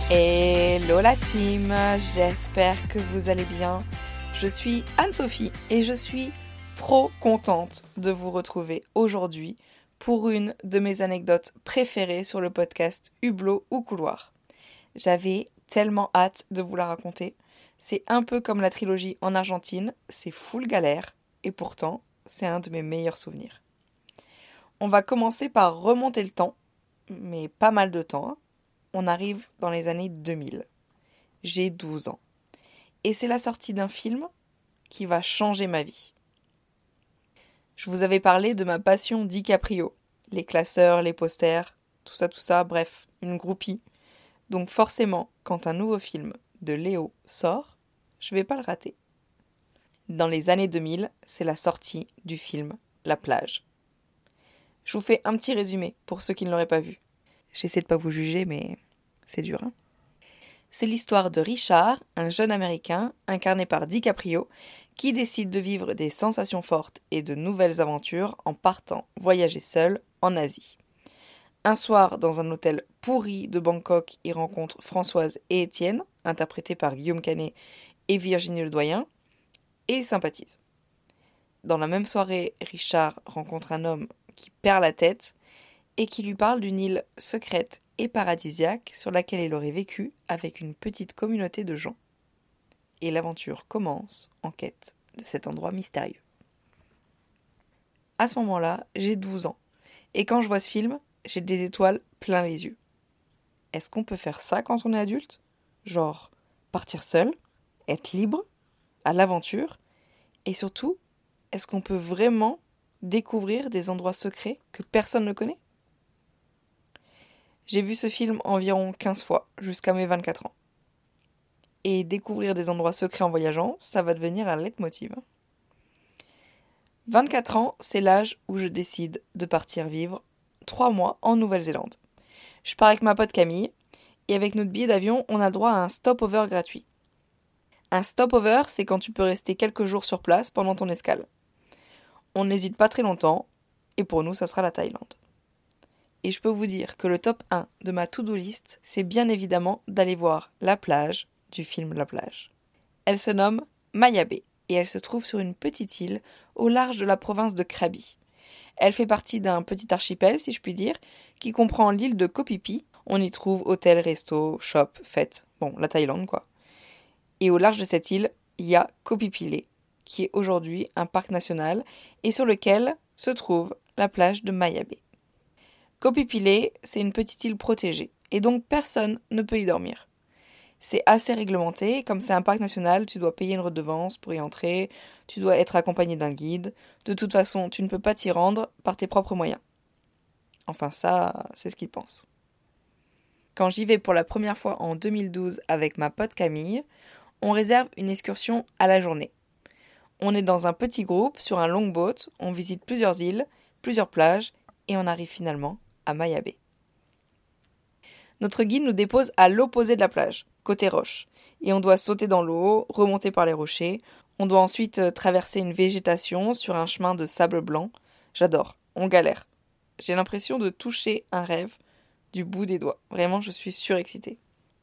Hello la team, j'espère que vous allez bien. Je suis Anne-Sophie et je suis trop contente de vous retrouver aujourd'hui pour une de mes anecdotes préférées sur le podcast Hublot ou Couloir. J'avais tellement hâte de vous la raconter. C'est un peu comme la trilogie en Argentine, c'est full galère et pourtant c'est un de mes meilleurs souvenirs. On va commencer par remonter le temps, mais pas mal de temps, hein. On arrive dans les années 2000. J'ai 12 ans. Et c'est la sortie d'un film qui va changer ma vie. Je vous avais parlé de ma passion DiCaprio. Les classeurs, les posters, tout ça, bref, une groupie. Donc forcément, quand un nouveau film de Léo sort, je vais pas le rater. Dans les années 2000, c'est la sortie du film La plage. Je vous fais un petit résumé pour ceux qui ne l'auraient pas vu. J'essaie de pas vous juger, mais c'est dur, hein. C'est l'histoire de Richard, un jeune Américain, incarné par DiCaprio, qui décide de vivre des sensations fortes et de nouvelles aventures en partant voyager seul en Asie. Un soir, dans un hôtel pourri de Bangkok, il rencontre Françoise et Étienne, interprétés par Guillaume Canet et Virginie Ledoyen, et ils sympathisent. Dans la même soirée, Richard rencontre un homme qui perd la tête et qui lui parle d'une île secrète et paradisiaque sur laquelle il aurait vécu avec une petite communauté de gens. Et l'aventure commence en quête de cet endroit mystérieux. À ce moment-là, j'ai 12 ans. Et quand je vois ce film, j'ai des étoiles plein les yeux. Est-ce qu'on peut faire ça quand on est adulte ? Genre, partir seul, être libre, à l'aventure, et surtout, est-ce qu'on peut vraiment découvrir des endroits secrets que personne ne connaît ? J'ai vu ce film environ 15 fois, jusqu'à mes 24 ans. Et découvrir des endroits secrets en voyageant, ça va devenir un leitmotiv. 24 ans, c'est l'âge où je décide de partir vivre 3 mois en Nouvelle-Zélande. Je pars avec ma pote Camille, et avec notre billet d'avion, on a le droit à un stopover gratuit. Un stopover, c'est quand tu peux rester quelques jours sur place pendant ton escale. On n'hésite pas très longtemps, et pour nous, ça sera la Thaïlande. Et je peux vous dire que le top 1 de ma to-do list, c'est bien évidemment d'aller voir la plage du film La plage. Elle se nomme Maya Bay et elle se trouve sur une petite île au large de la province de Krabi. Elle fait partie d'un petit archipel, si je puis dire, qui comprend l'île de Koh Phi Phi. On y trouve hôtel, resto, shop, fête. Bon, la Thaïlande quoi. Et au large de cette île, il y a Koh Phi Phi Lay, qui est aujourd'hui un parc national et sur lequel se trouve la plage de Maya Bay. Koh Phi Phi Lay, c'est une petite île protégée, et donc personne ne peut y dormir. C'est assez réglementé, comme c'est un parc national, tu dois payer une redevance pour y entrer, tu dois être accompagné d'un guide, de toute façon, tu ne peux pas t'y rendre par tes propres moyens. Enfin ça, c'est ce qu'ils pensent. Quand j'y vais pour la première fois en 2012 avec ma pote Camille, on réserve une excursion à la journée. On est dans un petit groupe, sur un longboat, on visite plusieurs îles, plusieurs plages, et on arrive finalement à Maya Bay. Notre guide nous dépose à l'opposé de la plage, côté roche, et on doit sauter dans l'eau, remonter par les rochers. On doit ensuite traverser une végétation sur un chemin de sable blanc. J'adore, on galère. J'ai l'impression de toucher un rêve du bout des doigts. Vraiment, je suis surexcitée.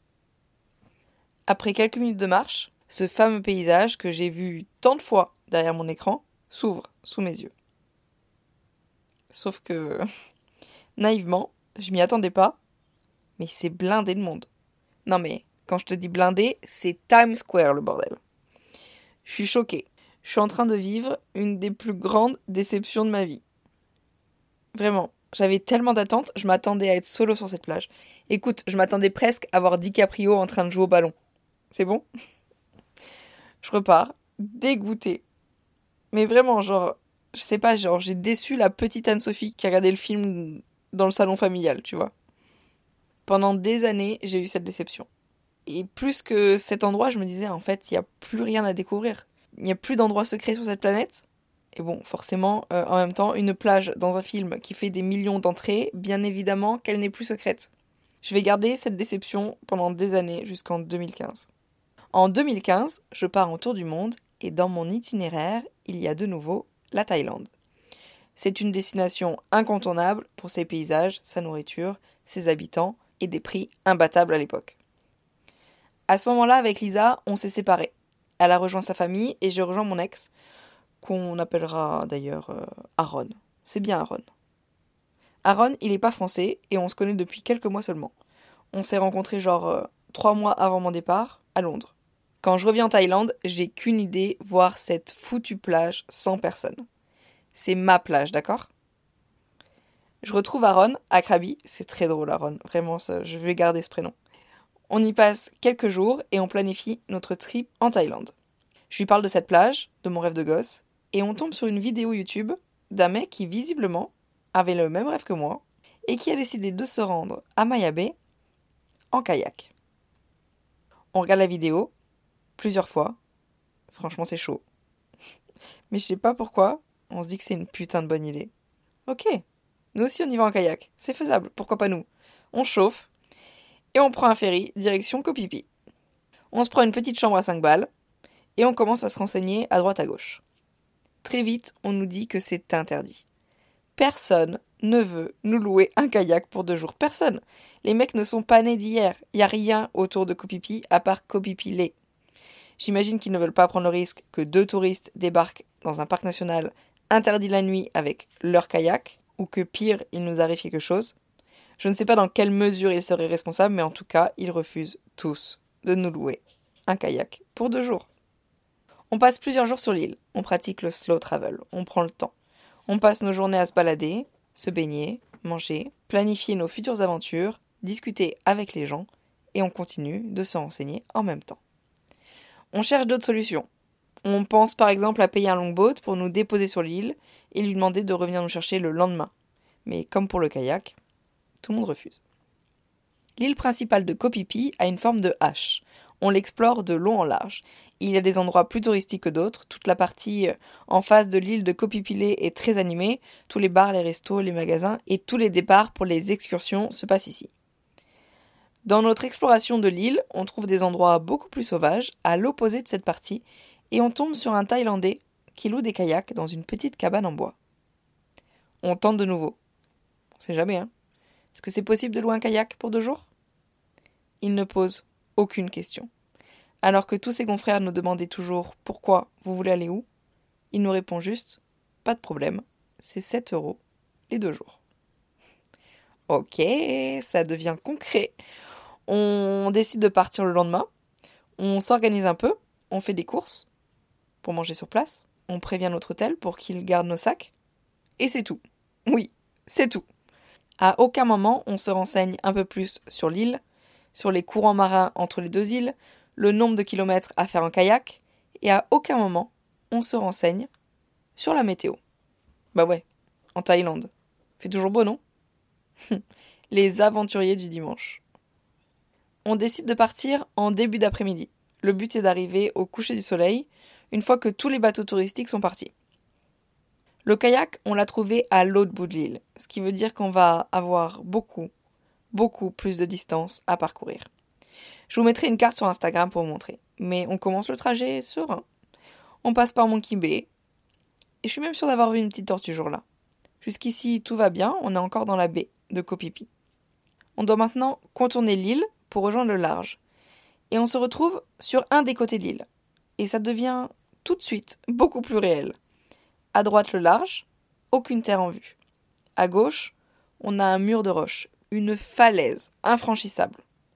Après quelques minutes de marche, ce fameux paysage que j'ai vu tant de fois derrière mon écran s'ouvre sous mes yeux. Sauf que, naïvement, je m'y attendais pas, mais c'est blindé de monde. Non mais, quand je te dis blindé, c'est Times Square le bordel. Je suis choquée. Je suis en train de vivre une des plus grandes déceptions de ma vie. Vraiment, j'avais tellement d'attentes, je m'attendais à être solo sur cette plage. Écoute, je m'attendais presque à voir DiCaprio en train de jouer au ballon. C'est bon ? Je repars, dégoûtée. Mais vraiment, genre, je sais pas, genre, j'ai déçu la petite Anne-Sophie qui a regardé le film dans le salon familial, tu vois. Pendant des années, j'ai eu cette déception. Et plus que cet endroit, je me disais, en fait, il n'y a plus rien à découvrir. Il n'y a plus d'endroits secrets sur cette planète. Et bon, forcément, en même temps, une plage dans un film qui fait des millions d'entrées, bien évidemment qu'elle n'est plus secrète. Je vais garder cette déception pendant des années, jusqu'en 2015. En 2015, je pars en tour du monde, et dans mon itinéraire, il y a de nouveau la Thaïlande. C'est une destination incontournable pour ses paysages, sa nourriture, ses habitants, et des prix imbattables à l'époque. À ce moment-là, avec Lisa, on s'est séparés. Elle a rejoint sa famille et j'ai rejoint mon ex, qu'on appellera d'ailleurs Aaron. C'est bien Aaron. Aaron, il est pas français et on se connaît depuis quelques mois seulement. On s'est rencontrés 3 mois avant mon départ, à Londres. Quand je reviens en Thaïlande, j'ai qu'une idée, voir cette foutue plage sans personne. C'est ma plage, d'accord ? Je retrouve Aaron à Krabi, c'est très drôle Aaron, vraiment je vais garder ce prénom. On y passe quelques jours et on planifie notre trip en Thaïlande. Je lui parle de cette plage, de mon rêve de gosse, et on tombe sur une vidéo YouTube d'un mec qui visiblement avait le même rêve que moi et qui a décidé de se rendre à Maya Bay en kayak. On regarde la vidéo plusieurs fois, franchement c'est chaud. Mais je sais pas pourquoi, on se dit que c'est une putain de bonne idée. Ok, nous aussi on y va en kayak, c'est faisable, pourquoi pas nous ? On chauffe et on prend un ferry direction Koh Phi Phi. On se prend une petite chambre à 5 balles et on commence à se renseigner à droite à gauche. Très vite, on nous dit que c'est interdit. Personne ne veut nous louer un kayak pour 2 jours. Personne. Les mecs ne sont pas nés d'hier. Il n'y a rien autour de Koh Phi Phi à part Koh Phi Phi Lake. J'imagine qu'ils ne veulent pas prendre le risque que 2 touristes débarquent dans un parc national interdit la nuit avec leur kayak, ou que pire, il nous arrive quelque chose. Je ne sais pas dans quelle mesure ils seraient responsables, mais en tout cas, ils refusent tous de nous louer un kayak pour 2 jours. On passe plusieurs jours sur l'île, on pratique le slow travel, on prend le temps. On passe nos journées à se balader, se baigner, manger, planifier nos futures aventures, discuter avec les gens, et on continue de se renseigner en même temps. On cherche d'autres solutions. On pense par exemple à payer un longboat pour nous déposer sur l'île et lui demander de revenir nous chercher le lendemain. Mais comme pour le kayak, tout le monde refuse. L'île principale de Koh Phi Phi a une forme de H. On l'explore de long en large. Il y a des endroits plus touristiques que d'autres. Toute la partie en face de l'île de Koh Phi Phi est très animée. Tous les bars, les restos, les magasins et tous les départs pour les excursions se passent ici. Dans notre exploration de l'île, on trouve des endroits beaucoup plus sauvages, à l'opposé de cette partie, et on tombe sur un Thaïlandais qui loue des kayaks dans une petite cabane en bois. On tente de nouveau. On sait jamais, hein. Est-ce que c'est possible de louer un kayak pour 2 jours ? Il ne pose aucune question. Alors que tous ses confrères nous demandaient toujours « Pourquoi ? Vous voulez aller où ?» Il nous répond juste « Pas de problème, c'est 7 € les 2 jours. » Ok, ça devient concret. On décide de partir le lendemain. On s'organise un peu. On fait des courses pour manger sur place. On prévient notre hôtel pour qu'il garde nos sacs. Et c'est tout. Oui, c'est tout. À aucun moment, on se renseigne un peu plus sur l'île, sur les courants marins entre les 2 îles, le nombre de kilomètres à faire en kayak, et à aucun moment, on se renseigne sur la météo. Bah ouais, en Thaïlande. Fait toujours beau, non ? Les aventuriers du dimanche. On décide de partir en début d'après-midi. Le but est d'arriver au coucher du soleil, une fois que tous les bateaux touristiques sont partis. Le kayak, on l'a trouvé à l'autre bout de l'île, ce qui veut dire qu'on va avoir beaucoup plus de distance à parcourir. Je vous mettrai une carte sur Instagram pour vous montrer, mais on commence le trajet serein. On passe par Monkey Bay, et je suis même sûre d'avoir vu une petite tortue jour-là. Jusqu'ici, tout va bien, on est encore dans la baie de Koh Phi Phi. On doit maintenant contourner l'île pour rejoindre le large. Et on se retrouve sur un des côtés de l'île. Et ça devient tout de suite beaucoup plus réel. À droite le large, aucune terre en vue. À gauche, on a un mur de roche, une falaise infranchissable.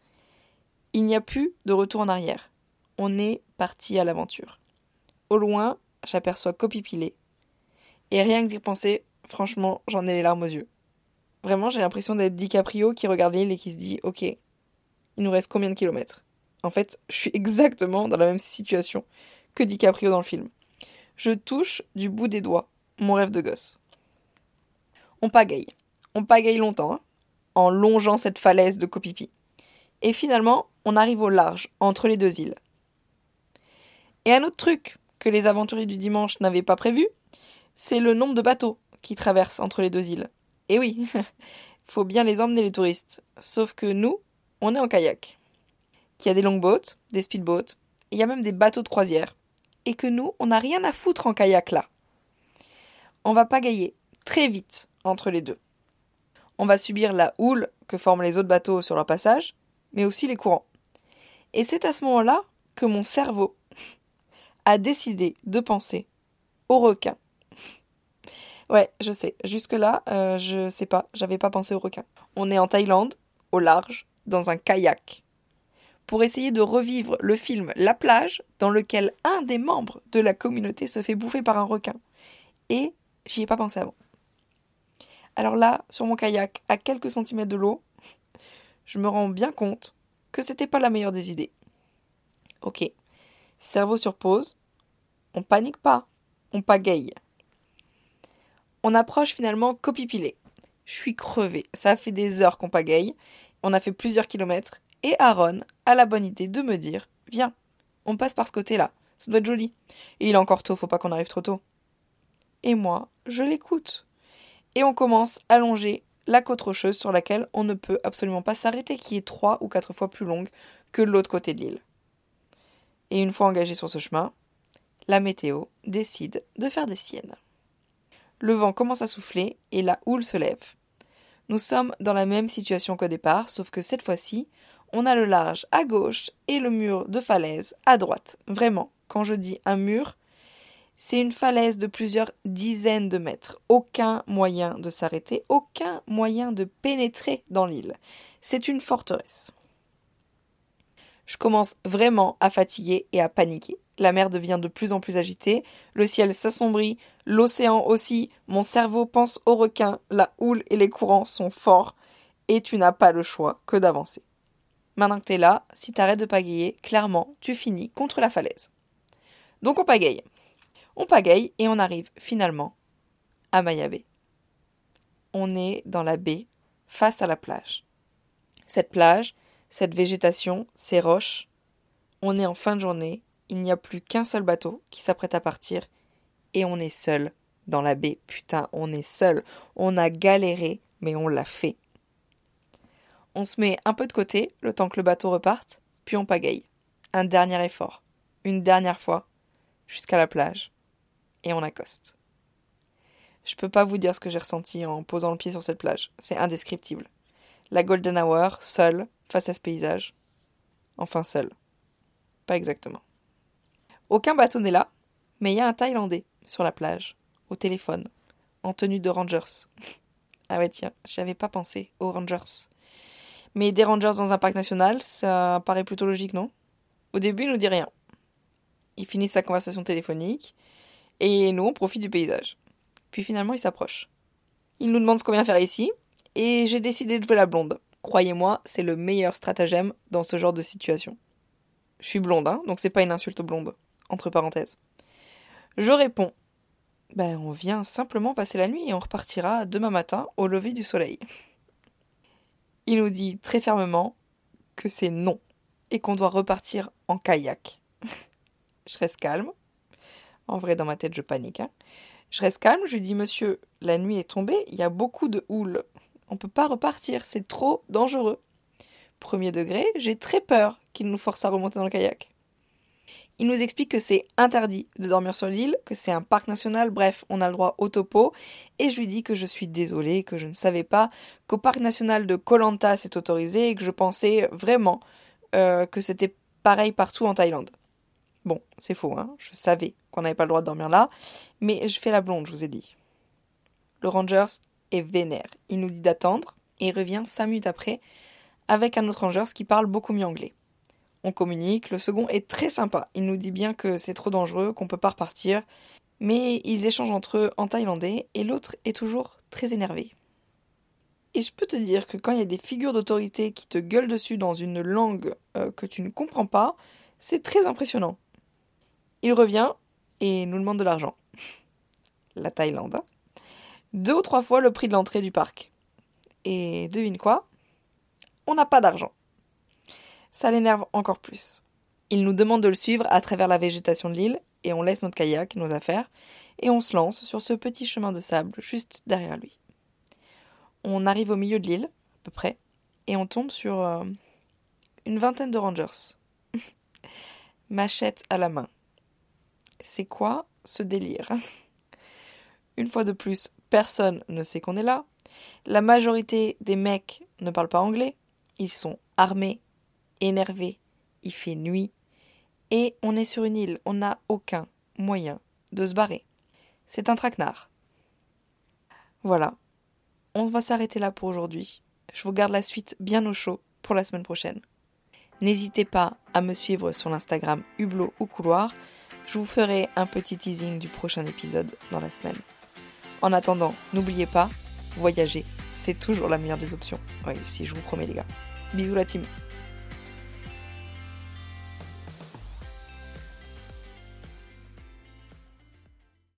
Il n'y a plus de retour en arrière. On est parti à l'aventure. Au loin, j'aperçois Koh Phi Phi. Et rien que d'y penser, franchement, j'en ai les larmes aux yeux. Vraiment, j'ai l'impression d'être DiCaprio qui regarde l'île et qui se dit « Ok, il nous reste combien de kilomètres ?» En fait, je suis exactement dans la même situation que DiCaprio dans le film. Je touche du bout des doigts mon rêve de gosse. On pagaille. On pagaille longtemps, hein, en longeant cette falaise de Koh Phi Phi. Et finalement, on arrive au large, entre les 2 îles. Et un autre truc que les aventuriers du dimanche n'avaient pas prévu, c'est le nombre de bateaux qui traversent entre les 2 îles. Et oui, faut bien les emmener les touristes. Sauf que nous, on est en kayak. Qu'il y a des longboats, des speedboats, et il y a même des bateaux de croisière. Et que nous, on n'a rien à foutre en kayak là. On va pagailler très vite entre les 2. On va subir la houle que forment les autres bateaux sur leur passage, mais aussi les courants. Et c'est à ce moment-là que mon cerveau a décidé de penser au requin. Ouais, je sais, jusque-là, je sais pas, j'avais pas pensé au requin. On est en Thaïlande, au large, dans un kayak, pour essayer de revivre le film La plage, dans lequel un des membres de la communauté se fait bouffer par un requin. Et j'y ai pas pensé avant. Alors là, sur mon kayak, à quelques centimètres de l'eau, je me rends bien compte que c'était pas la meilleure des idées. Ok, cerveau sur pause, on panique pas, on pagaille. On approche finalement Copipilé. Je suis crevée, ça fait des heures qu'on pagaille, on a fait plusieurs kilomètres, et Aaron a la bonne idée de me dire « Viens, on passe par ce côté-là, ça doit être joli. Et il est encore tôt, faut pas qu'on arrive trop tôt. » Et moi, je l'écoute. Et on commence à longer la côte rocheuse sur laquelle on ne peut absolument pas s'arrêter, qui est 3 ou 4 fois plus longue que l'autre côté de l'île. Et une fois engagé sur ce chemin, la météo décide de faire des siennes. Le vent commence à souffler et la houle se lève. Nous sommes dans la même situation qu'au départ, sauf que cette fois-ci, on a le large à gauche et le mur de falaise à droite. Vraiment, quand je dis un mur, c'est une falaise de plusieurs dizaines de mètres. Aucun moyen de s'arrêter, aucun moyen de pénétrer dans l'île. C'est une forteresse. Je commence vraiment à fatiguer et à paniquer. La mer devient de plus en plus agitée, le ciel s'assombrit, l'océan aussi, mon cerveau pense aux requins, la houle et les courants sont forts, et tu n'as pas le choix que d'avancer. Maintenant que t'es là, si t'arrêtes de pagayer, clairement, tu finis contre la falaise. Donc on pagaye. On pagaye et on arrive finalement à Maya Bay. On est dans la baie, face à la plage. Cette plage, cette végétation, ces roches, on est en fin de journée, il n'y a plus qu'un seul bateau qui s'apprête à partir et on est seul dans la baie. Putain, on est seul. On a galéré, mais on l'a fait. On se met un peu de côté, le temps que le bateau reparte, puis on pagaille. Un dernier effort, une dernière fois, jusqu'à la plage, et on accoste. Je peux pas vous dire ce que j'ai ressenti en posant le pied sur cette plage, c'est indescriptible. La golden hour, seule, face à ce paysage. Enfin seule. Pas exactement. Aucun bateau n'est là, mais il y a un Thaïlandais sur la plage, au téléphone, en tenue de Rangers. Ah ouais tiens, j'y avais pas pensé, aux Rangers. Mais des Rangers dans un parc national, ça paraît plutôt logique, non? Au début, il nous dit rien. Il finit sa conversation téléphonique, et nous, on profite du paysage. Puis finalement, il s'approche. Il nous demande ce qu'on vient faire ici, et j'ai décidé de jouer la blonde. Croyez-moi, c'est le meilleur stratagème dans ce genre de situation. Je suis blonde, hein, donc c'est pas une insulte blonde, entre parenthèses. Je réponds, on vient simplement passer la nuit et on repartira demain matin au lever du soleil. Il nous dit très fermement que c'est non et qu'on doit repartir en kayak. Je reste calme. En vrai, dans ma tête, je panique. Hein. Je reste calme, je lui dis, monsieur, la nuit est tombée, il y a beaucoup de houle. On peut pas repartir, c'est trop dangereux. Premier degré, j'ai très peur qu'il nous force à remonter dans le kayak. Il nous explique que c'est interdit de dormir sur l'île, que c'est un parc national, bref, on a le droit au topo. Et je lui dis que je suis désolée, que je ne savais pas qu'au parc national de Koh Lanta c'est autorisé et que je pensais vraiment que c'était pareil partout en Thaïlande. Bon, c'est faux, hein, je savais qu'on n'avait pas le droit de dormir là, mais je fais la blonde, je vous ai dit. Le Rangers est vénère, il nous dit d'attendre et il revient 5 minutes après avec un autre Rangers qui parle beaucoup mieux anglais. On communique, le second est très sympa. Il nous dit bien que c'est trop dangereux, qu'on peut pas repartir. Mais ils échangent entre eux en thaïlandais et l'autre est toujours très énervé. Et je peux te dire que quand il y a des figures d'autorité qui te gueulent dessus dans une langue que tu ne comprends pas, c'est très impressionnant. Il revient et nous demande de l'argent. La Thaïlande. 2 ou 3 fois le prix de l'entrée du parc. Et devine quoi ? On n'a pas d'argent. Ça l'énerve encore plus. Il nous demande de le suivre à travers la végétation de l'île, et on laisse notre kayak, nos affaires, et on se lance sur ce petit chemin de sable juste derrière lui. On arrive au milieu de l'île, à peu près, et on tombe sur une vingtaine de rangers. Machette à la main. C'est quoi ce délire ? Une fois de plus, personne ne sait qu'on est là. La majorité des mecs ne parlent pas anglais. Ils sont armés, énervés il fait nuit, et on est sur une île, on n'a aucun moyen de se barrer. C'est un traquenard. Voilà, on va s'arrêter là pour aujourd'hui. Je vous garde la suite bien au chaud pour la semaine prochaine. N'hésitez pas à me suivre sur l'Instagram Hublot ou Couloir. Je vous ferai un petit teasing du prochain épisode dans la semaine. En attendant, n'oubliez pas, voyager, c'est toujours la meilleure des options. Oui, si je vous promets les gars. Bisous la team.